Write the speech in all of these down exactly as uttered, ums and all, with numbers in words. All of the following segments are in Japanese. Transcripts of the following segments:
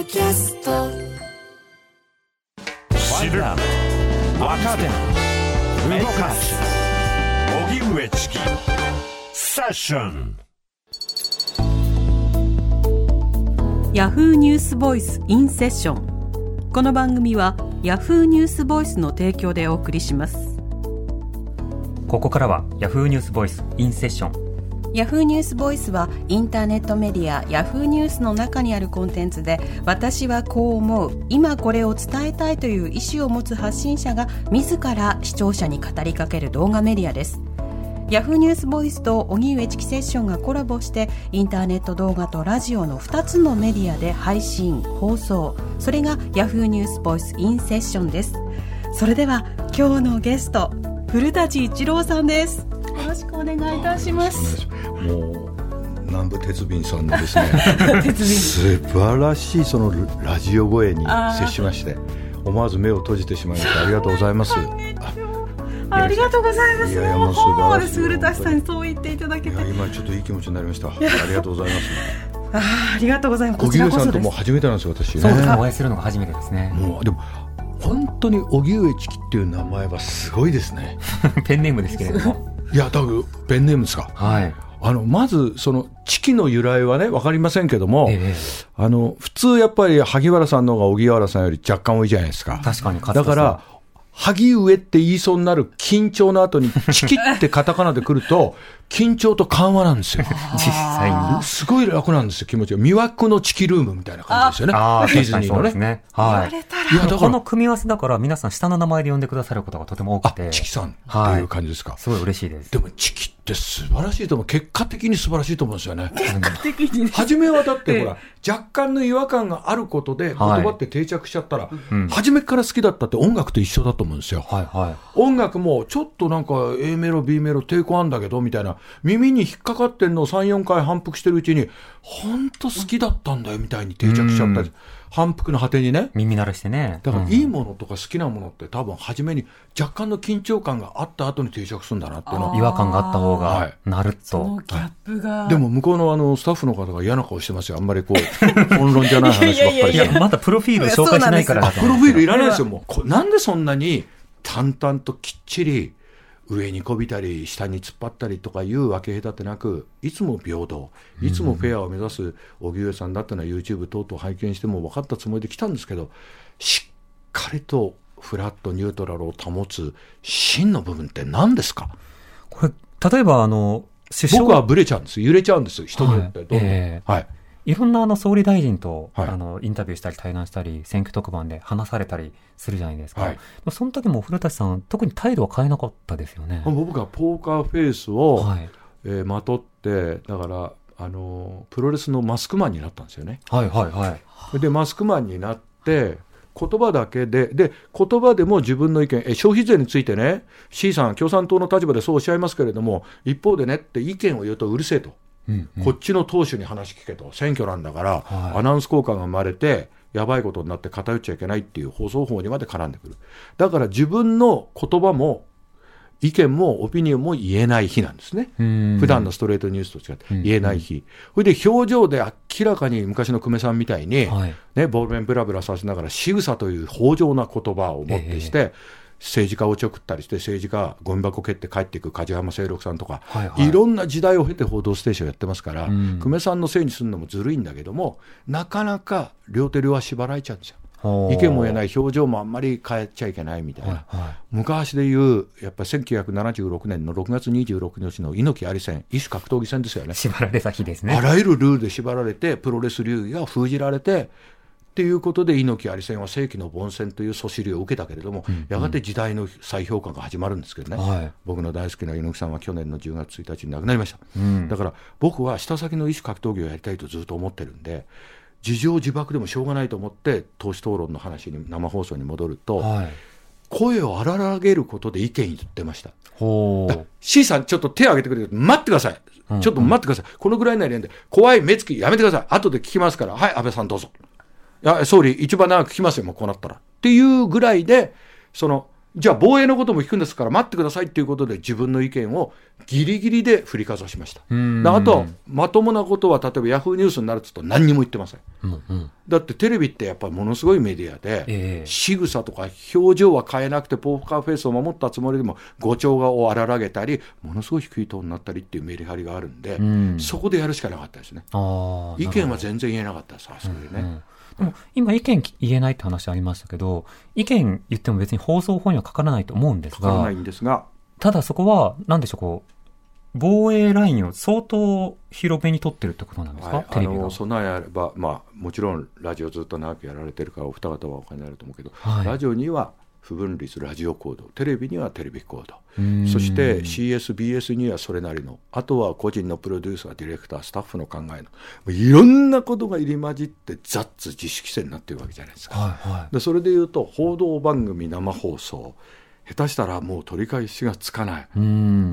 キャスト。 知る若手動かす荻上チキセッション。 ヤフーニュースボイスインセッション。この番組はヤフーニュースボイスの提供でお送りします。 ここからはヤフーニュースボイスインセッション。 ヤフーニュースボイスはインターネットメディアヤフーニュースの中にあるコンテンツで、私はこう思う、今これを伝えたいという意思を持つ発信者が自ら視聴者に語りかける動画メディアです。ヤフーニュースボイスと荻上チキセッションがコラボして、インターネット動画とラジオのふたつのメディアで配信放送、それがヤフーニュースボイスインセッションです。それでは今日のゲスト、古舘一郎さんです。よろしくお願いいたします。 もう南部鉄瓶さんのですね素晴らしいそのラジオ声に接しまして、思わず目を閉じてしまいました。ありがとうございます。 ありがとうございます。 いやいやもう素晴らしい。 古舘さんにそう言っていただけて、 いや今ちょっといい気持ちになりました。ありがとうございます。 あ, ありがとうございます。 荻上さんとも初めてなんですよ、私ね。 そうですね、お会いするのが初めてですね。 もうでも本当に荻上チキっていう名前はすごいですねペンネームですけれども。 いや多分ペンネームですか。 はい。 あのまずそのチキの由来はね分かりませんけども、ええ、あの普通やっぱり萩原さんの方が荻原さんより若干多いじゃないですか。 確かに。 だから萩上って言いそうになる緊張の後にチキってカタカナで来ると緊張と緩和なんですよ実際にすごい楽なんですよ、気持ちが。魅惑のチキルームみたいな感じですよね。あディズニーの ね, ね、 はい、いやだからこの組み合わせだから皆さん下の名前で呼んでくださることがとても多くて。 あチキさんっていう感じですか。はい、 すごい嬉しいです。 でもチキって素晴らしいと思う。結果的に素晴らしいと思うんですよね。 結果的に初めはだってほら、えー、若干の違和感があることで言葉って定着しちゃったら、はい、うん、初めから好きだったって音楽と一緒だと思うんですよ。はいはい、音楽もちょっとなんか A メロ B メロ抵抗あんだけどみたいな、耳に引っかかってんのを さん,よん 回反復してるうちに本当好きだったんだよみたいに定着しちゃったり、反復の果てにね、 耳慣れしてね。 だからいいものとか好きなものって多分初めに若干の緊張感があった後に定着するんだなっていうの。 違和感があった方がなると、 はい、そのギャップが、はい、 でも向こう の, あのスタッフの方が嫌な顔してますよ。あんまりこう本論じゃない話ばっかりして。いやいやいやいや、 まだプロフィール紹介しないからだと。 プロフィールいらないですよ。もうなんでそんなに淡々ときっちり上にこびたり下に突っ張ったりとかいう分け隔てなく、いつも平等、いつもフェアを目指す荻上さんだってのは YouTube 等々拝見しても分かったつもりで来たんですけど、しっかりとフラットニュートラルを保つ真の部分って何ですか。 これ例えばあの僕はブレちゃうんです、揺れちゃうんです、人によってどんどん、はい、えーはい、 いろんなあの総理大臣と、はい、あのインタビューしたり対談したり選挙特番で話されたりするじゃないですか。はい、その時も古舘さん特に態度は変えなかったですよね。 僕はポーカーフェイスを、はい、えー、まとって、だからあのプロレスのマスクマンになったんですよね。 はいはいはい。 でマスクマンになって言葉だけで、で言葉でも自分の意見、え消費税についてね C さん共産党の立場でそうおっしゃいますけれども、一方でねって意見を言うとうるせえと、うんうん、こっちの党首に話聞けと、選挙なんだから、はい、アナウンス効果が生まれてやばいことになって偏っちゃいけないっていう放送法にまで絡んでくる。だから自分の言葉も意見もオピニオンも言えない日なんですね。普段のストレートニュースと違って言えない日。それで表情で明らかに昔の久米さんみたいに、はい、ね、ボールペンブラブラさせながら仕草という豊穣な言葉をもってして、えー、政治家をちょくったりして政治家ゴミ箱蹴って帰っていく梶浜清六さんとか、はいはい、いろんな時代を経て報道ステーションやってますから、久米さんのせいにするのもずるいんだけども、なかなか両手両足縛られちゃうんですよ。意見も言えない、表情もあんまり変えちゃいけないみたいな、はいはい、昔でいうやっぱりせんきゅうひゃくななじゅうろくねんのろくがつにじゅうろくにちの猪木有戦異種格闘技戦ですよね。 縛られた日ですね。 あらゆるルールで縛られてプロレス流儀が封じられてっていうことで、猪木有戦は世紀の凡戦というそしりを受けたけれども、うんうん、やがて時代の再評価が始まるんですけどね、はい、僕の大好きな猪木さんは去年のじゅうがつついたちに亡くなりました、うん、だから僕は下先の異種格闘技をやりたいとずっと思ってるんで、自情自爆でもしょうがないと思って党首討論の話に生放送に戻ると、はい、声を荒げることで意見言ってました。ほう C さんちょっと手を挙げてくれて、待ってください、うんうん、ちょっと待ってください、このぐらいなりで怖い目つきやめてください、後で聞きますから、はい安倍さんどうぞ、いや総理一番長く聞きますよもうこうなったらっていうぐらいで、そのじゃあ防衛のことも聞くんですから待ってくださいっていうことで自分の意見をギリギリで振りかざしました。あとまともなことは例えばヤフーニュースになると何にも言ってません、うんうん、 だってテレビってやっぱりものすごいメディアで、 えー、 仕草とか表情は変えなくてポーカーフェイスを守ったつもりでも語調を荒らげたりものすごい低いトーンになったりっていうメリハリがあるんで、うん、そこでやるしかなかったですね。あ、意見は全然言えなかったです、あそこでね、うんうん、 でも今意見言えないって話ありましたけど、意見言っても別に放送法にはかからないと思うんですが、 かからないんですが、 ただそこは何でしょう、こう防衛ラインを相当広めに取ってるってことなんですか、はい、テレビが。あの備えあれば、まあ、もちろんラジオずっと長くやられてるからお二方はお金あると思うけど、はい、ラジオには不分率ラジオコード、テレビにはテレビコード、そして シーエス、ビーエス にはそれなりの、あとは個人のプロデューサー、ディレクター、スタッフの考えのいろんなことが入り混じってザッツ自主規制になってるわけじゃないですか、はいはい、でそれでいうと報道番組生放送下手したらもう取り返しがつかない、うん、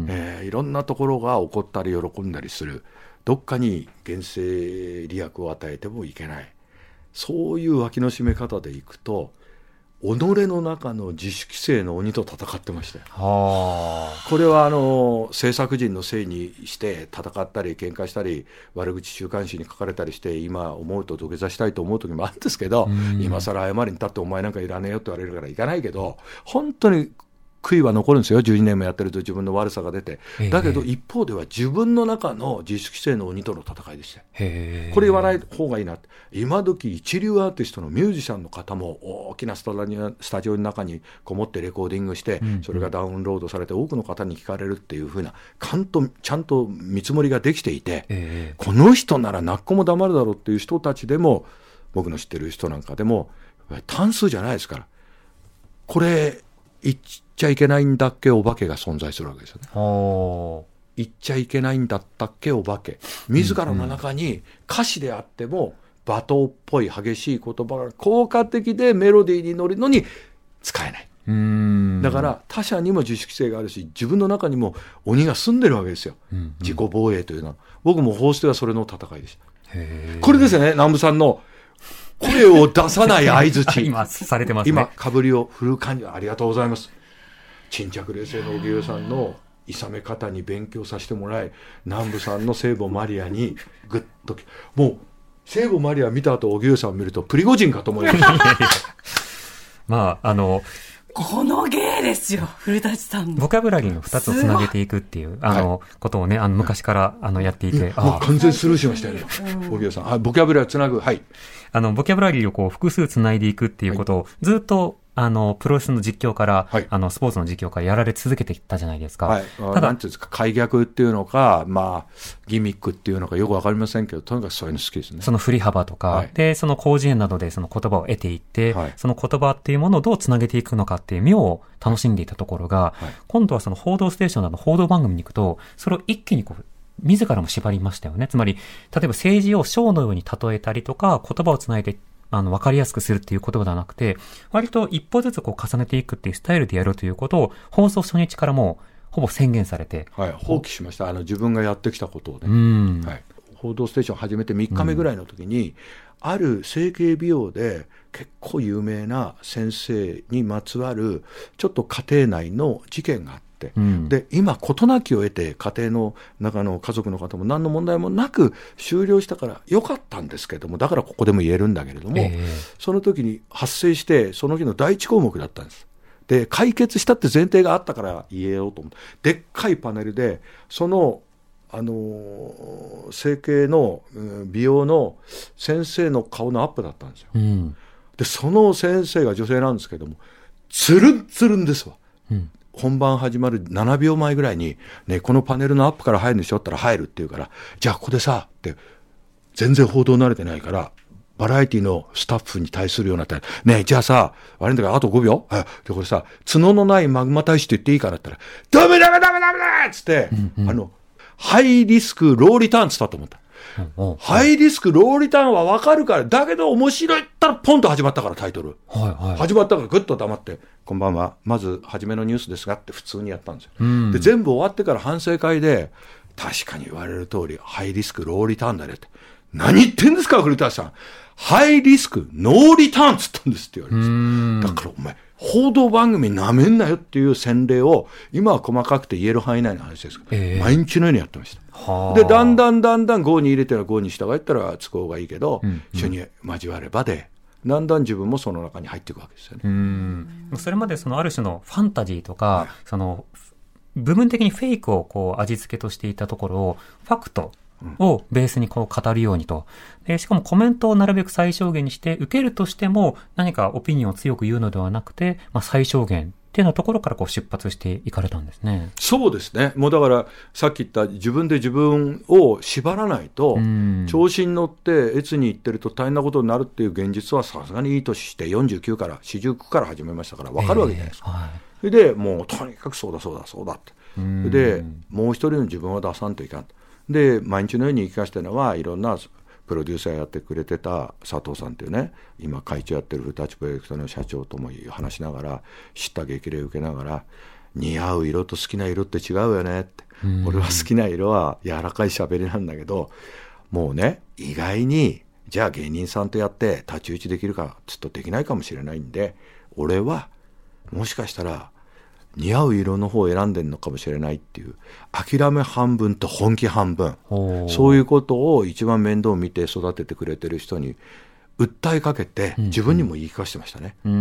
えー、いろんなところが怒ったり喜んだりする、どっかに厳正利益を与えてもいけない、そういう脇の締め方でいくと己の中の自主規制の鬼と戦ってましたよ。はあ、これはあの制作陣のせいにして戦ったり喧嘩したり悪口週刊誌に書かれたりして今思うと土下座したいと思う時もあるんですけど、今更謝りに立ってお前なんかいらねえよって言われるからいかないけど、本当に悔いは残るんですよ。じゅうにねんもやってると自分の悪さが出て、だけど一方では自分の中の自主規制の鬼との戦いでした。へこれ言わない方がいいな。今時一流アーティストのミュージシャンの方も大きなスタスタジオの中にこもってレコーディングして、うんうん、それがダウンロードされて多くの方に聞かれるっていう風なちゃんとちゃんと見積もりができていて、この人なら泣く子も黙るだろうっていう人たちでも、僕の知ってる人なんかでも単数じゃないですから、これ言っちゃいけないんだっけお化けが存在するわけですよね。言っちゃいけないんだったっけお化け、自らの中に歌詞であっても罵倒っぽい激しい言葉が効果的でメロディーに乗るのに使えない。うーん、だから他者にも自主規制があるし自分の中にも鬼が住んでるわけですよ、うんうん、自己防衛というのは。僕も法してはそれの戦いでした。へこれですよね、南部さんの声を出さない相づち今されてますね。 今かぶりを振る感じ、ありがとうございます。沈着冷静の荻上さんのいさめ方に勉強させてもらい、南部さんの聖母マリアにグッと、もう聖母マリア見た後荻上さんを見るとプリゴジンかと思いましたまああのこの芸ですよ、古舘さんのボキャブラリーのふたつをつなげていくっていうあの、はい、ことをね、あの昔からあのやっていて、 うん、もう完全スルーしましたよね、荻上さん。あ、ボキャブラリーをつなぐ、はい、 あのボキャブラリーをこう複数つないでいくっていうことをずっとあのプロレスの実況から、はい、あのスポーツの実況からやられ続けてきたじゃないですか。はい、 ただなんていうんですか、開脚っていうのか、まあギミックっていうのかよくわかりませんけど、とにかくそういうの好きですね。 その振り幅とか、はい、でその広辞苑などでその言葉を得ていって、はい、その言葉っていうものをどうつなげていくのかっていう妙を楽しんでいたところが、はい、今度はその報道ステーションなどの報道番組に行くと、それを一気にこう自らも縛りましたよね。つまり例えば政治をショーのように例えたりとか、言葉をつないであの、わかりやすくするっていうことではなくて、割と一歩ずつこう重ねていくっていうスタイルでやるということを、放送初日からもう、ほぼ宣言されて。 はい、放棄しました。あの、自分がやってきたことをね。うん。はい。報道ステーション始めてみっかめぐらいの時に、うん、ある整形美容で結構有名な先生にまつわる、ちょっと家庭内の事件があって、うん、で今事なきを得て家庭の中の家族の方も何の問題もなく終了したからよかったんですけども、だからここでも言えるんだけれども、えー、その時に発生してその日の第一項目だったんです。で解決したって前提があったから言えようと思って、でっかいパネルでそのあの整形の美容の先生の顔のアップだったんですよ、うん、でその先生が女性なんですけどもつるんつるんですわ、うん、本番始まるななびょうまえぐらいに、ね、このパネルのアップから入るんでしょって言ったら入るって言うから、じゃあここでさって全然報道慣れてないからバラエティのスタッフに対するようなったら、ねえじゃあさ悪いんだからあとごびょう、でこれさ角のないマグマ大使って言っていいからって言ったらダメダメダメダメだっつって、うんうん、あのハイリスクローリターンっつったと思った、うんうん、ハイリスクローリターンは分かるから、だけど面白いったらポンと始まったからタイトル、はいはい、始まったからグッと黙ってこんばんはまず初めのニュースですがって普通にやったんですよ、うん、で全部終わってから反省会で確かに言われる通りハイリスクローリターンだねって、何言ってんですか古田さん、 ハイリスク、ノーリターンつったんですって言われました。だからお前、報道番組なめんなよっていう洗礼を、今は細かくて言える範囲内の話ですけど、えー、毎日のようにやってました。で、だんだんだんだんごに入れてらごに従ったら都合がいいけど、うんうん、一緒に交わればで、だんだん自分もその中に入っていくわけですよね。 うん、それまでそのある種のファンタジーとか、はい、その部分的にフェイクをこう味付けとしていたところをファクトをベースにこう語るようにと。で、しかもコメントをなるべく最小限にして、受けるとしても何かオピニオンを強く言うのではなくて、まあ、最小限っていうようなところからこう出発していかれたんですね。 そうですね。もうだからさっき言った自分で自分を縛らないと、調子に乗って越に行ってると大変なことになるっていう現実はさすがにいい年してよんじゅうきゅうからよんじゅうきゅうから始めましたから分かるわけじゃないですか。えーはい、それでもうとにかくそうだそうだそうだって。で、もう一人の自分を出さんといかん。で、毎日のように言い聞かせてるのはいろんなプロデューサーやってくれてた佐藤さんっていうね、今会長やってるフルタッチプロジェクトの社長とも話しながら、知った激励を受けながら、似合う色と好きな色って違うよねって、俺は好きな色は柔らかい喋りなんだけど、もうね、意外にじゃあ芸人さんとやって太刀打ちできるかちょっとできないかもしれないんで、俺はもしかしたら似合う色の方を選んでるのかもしれないっていう、諦め半分と本気半分、そういうことを一番面倒を見て育ててくれてる人に訴えかけて、自分にも言い聞かせてましたね。うんうん、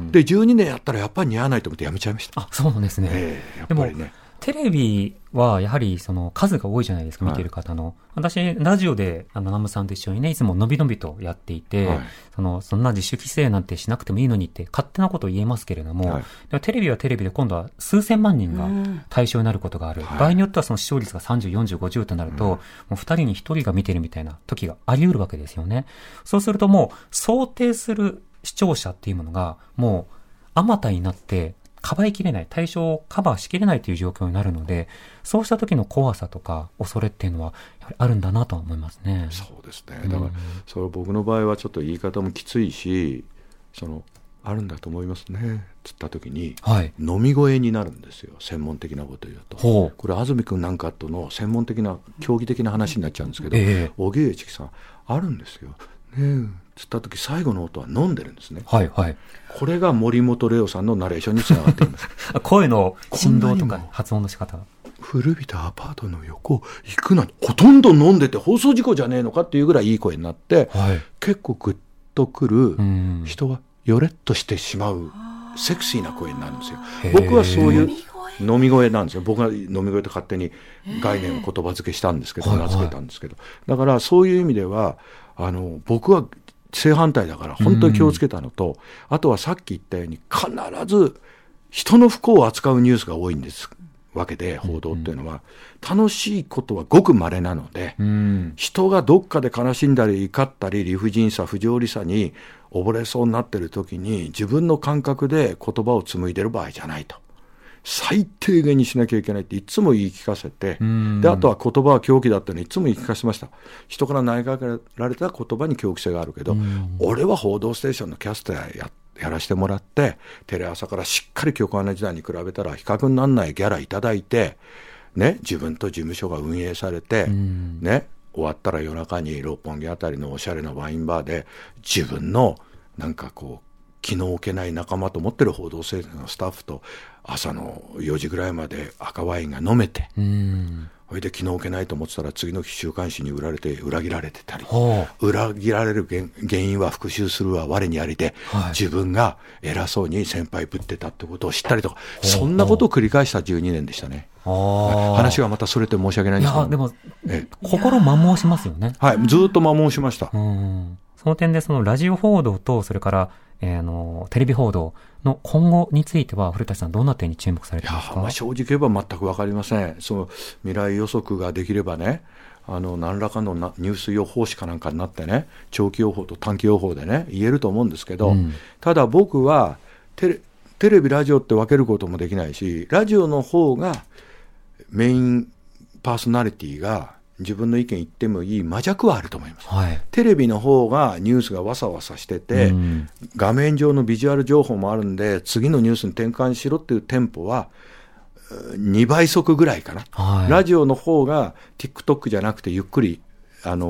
でじゅうにねんやったらやっぱり似合わないと思ってやめちゃいました。 あ、そうなんですね。えー、やっぱりね。テレビはやはりその数が多いじゃないですか、見てる方の。はい、私、ラジオで、あの、ナムさんと一緒にね、いつものびのびとやっていて、はい、その、そんな自主規制なんてしなくてもいいのにって勝手なことを言えますけれども、はい、でもテレビはテレビで今度は数千万人が対象になることがある。場合によってはその視聴率がさんじゅう、よんじゅう、ごじゅうとなると、うん、もうふたりにひとりが見てるみたいな時があり得るわけですよね。そうするともう、想定する視聴者っていうものが、もう、あまたになって、かばいきれない、対象をカバーしきれないという状況になるので、そうした時の怖さとか恐れっていうのはやはりあるんだなと思いますね。 そうですね。だから、うん、それ僕の場合はちょっと言い方もきついし、そのあるんだと思いますねつった時に、はい、飲み声になるんですよ、専門的なこと言うと。これ安住君なんかとの専門的な競技的な話になっちゃうんですけど、えー、荻上チキさんあるんですよ。ねえつった時最後の音は飲んでるんですね。はいはい。これが森本レオさんのナレーションにつながっています。 声の振動とか発音の仕方。 古びたアパートの横行くのにほとんど飲んでて放送事故じゃねえのかっていうぐらいいい声になって、はい、結構グッとくる、人はよれっとしてしまうセクシーな声になるんですよ。僕はそういう飲み声なんですよ。僕が飲み声と勝手に概念を言葉付けしたんですけど、名付けたんですけど、だからそういう意味ではあの僕は正反対だから本当に気をつけたのと、あとはさっき言ったように必ず人の不幸を扱うニュースが多いんですわけで、報道っていうのは楽しいことはごく稀なので、人がどっかで悲しんだり怒ったり理不尽さ不条理さに溺れそうになってる時に自分の感覚で言葉を紡いでる場合じゃないと、最低限にしなきゃいけないっていつも言い聞かせて、であとは言葉は狂気だってのいつも言い聞かせました。人から投げかけられた言葉に狂気性があるけど、俺は報道ステーションのキャスターややらせてもらって、テレ朝からしっかり局アナ時代に比べたら比較にならないギャラいただいて、ね、自分と事務所が運営されて、ね、終わったら夜中に六本木あたりのおしゃれなワインバーで自分のなんかこう気の置けない仲間と思ってる報道制作のスタッフと朝のよじぐらいまで赤ワインが飲めて、それで気の置けないと思ってたら次の日週刊誌に売られて裏切られてたり、裏切られる 原, 原因は復讐するは我にありで、はい、自分が偉そうに先輩ぶってたってことを知ったりとか、そんなことを繰り返したじゅうにねんでしたね。話がまたそれって申し訳ないんですけど、いやでもえ心摩耗しますよね。 はい、ずっと摩耗しました。 うんその点でそのラジオ報道とそれから、えー、あのテレビ報道の今後については古舘さんどんな点に注目されていますか？ いや、まあ、正直言えば全く分かりません。その未来予測ができればね、あの何らかのなニュース予報士かなんかになってね、長期予報と短期予報でね言えると思うんですけど、うん、ただ僕はテレ、テレビラジオって分けることもできないし、ラジオの方がメインパーソナリティが自分の意見言ってもいい魔弱はあると思います、はい、テレビの方がニュースがわさわさしてて、うん、画面上のビジュアル情報もあるんで次のニュースに転換しろっていうテンポはにばい速ぐらいかな、はい、ラジオの方が TikTok じゃなくてゆっくりあの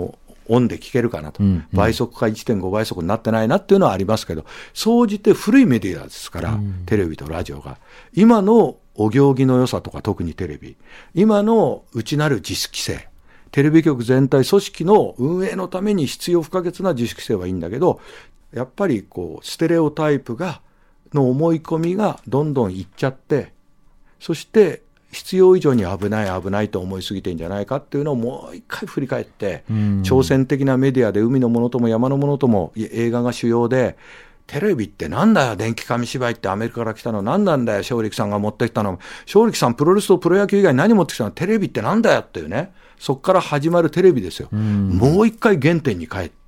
オンで聞けるかなと、 うんうん、 倍速か いってんご 倍速になってないなっていうのはありますけど、総じて古いメディアですから、うん、テレビとラジオが今のお行儀の良さとか、特にテレビ、今の内なる自主規制、テレビ局全体組織の運営のために必要不可欠な自主規制はいいんだけど、やっぱりこうステレオタイプがの思い込みがどんどんいっちゃって、そして必要以上に危ない危ないと思いすぎてんじゃないかっていうのをもう一回振り返って、挑戦的なメディアで海のものとも山のものとも映画が主要で、テレビってなんだよ、電気紙芝居ってアメリカから来たのなんなんだよ、正力さんが持ってきたの、正力さんプロレスとプロ野球以外何持ってきたの、テレビってなんだよっていうね、そこから始まるテレビですよ。もう一回原点に帰って、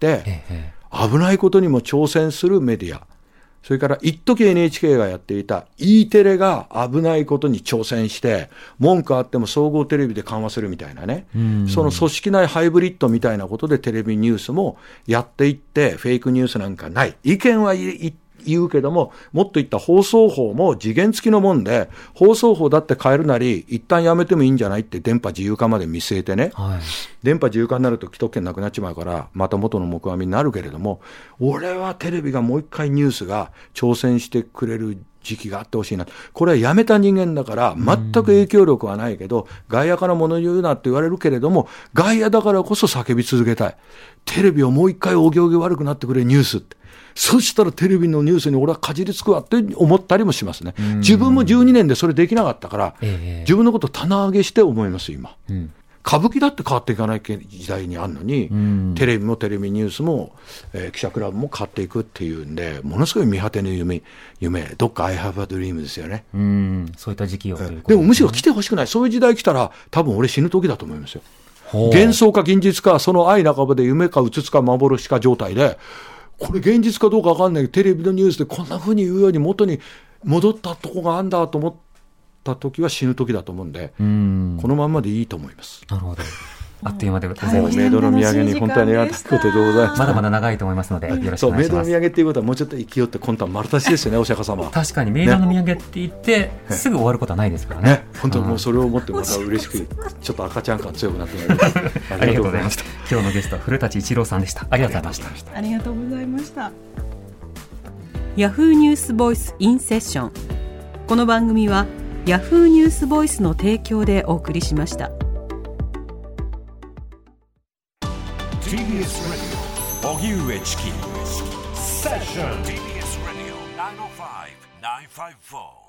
危ないことにも挑戦するメディア、それから一時 エヌエイチケー がやっていた E テレが危ないことに挑戦して、文句あっても総合テレビで緩和するみたいなね、その組織内ハイブリッドみたいなことでテレビニュースもやっていって、フェイクニュースなんかない、意見は言うけども、もっと言った放送法も次元付きのもんで、放送法だって変えるなり一旦やめてもいいんじゃないって電波自由化まで見据えてね、はい、電波自由化になると既得権なくなっちまうからまた元の木阿弥になるけれども、俺はテレビがもう一回ニュースが挑戦してくれる時期があってほしいな。これはやめた人間だから全く影響力はないけど、外野から物言うなって言われるけれども、外野だからこそ叫び続けたい。テレビをもう一回お行儀悪くなってくれニュースって、そしたらテレビのニュースに俺はかじりつくわって思ったりもしますね。自分もじゅうにねんでそれできなかったから、えー、自分のこと棚上げして思います今、うん、歌舞伎だって変わっていかない時代にあるのに、テレビもテレビニュースも、えー、記者クラブも変わっていくっていうんで、ものすごい見果ての夢、夢どっか I have a dream ですよね。 うん、そういった時期をということですね。 でもむしろ来てほしくない。そういう時代来たら多分俺死ぬ時だと思いますよ。幻想か現実か、その愛半ばで夢かうつつか幻か状態で、これ現実かどうか分かんないけどテレビのニュースでこんな風に言うように元に戻ったとこがあんだと思った時は死ぬ時だと思うんで、うん、このまんまでいいと思います。 なるほど。あっという間でございました。 メイドの土産に本当にありがたいことでございます。 まだまだ長いと思いますのでよろしくお願いします。そう、メイドの土産っていうことはもうちょっと勢いって今度は丸出しですよねお釈迦様。確かにメイドの土産って言って、ね、すぐ終わることはないですからね。ね、本当にもうそれを思ってまた嬉しくちょっと赤ちゃん感強くなってまいりましたありがとうございました。今日のゲストは古舘一郎さんでした。ありがとうございました。 ありがとうございました。ヤフーニュースボイスインセッション。この番組はヤフーニュースボイスの提供でお送りしました。 ティービーエス ラジオ荻上チキセッション ティービーエス ラジオナインオーファイブナインファイブフォー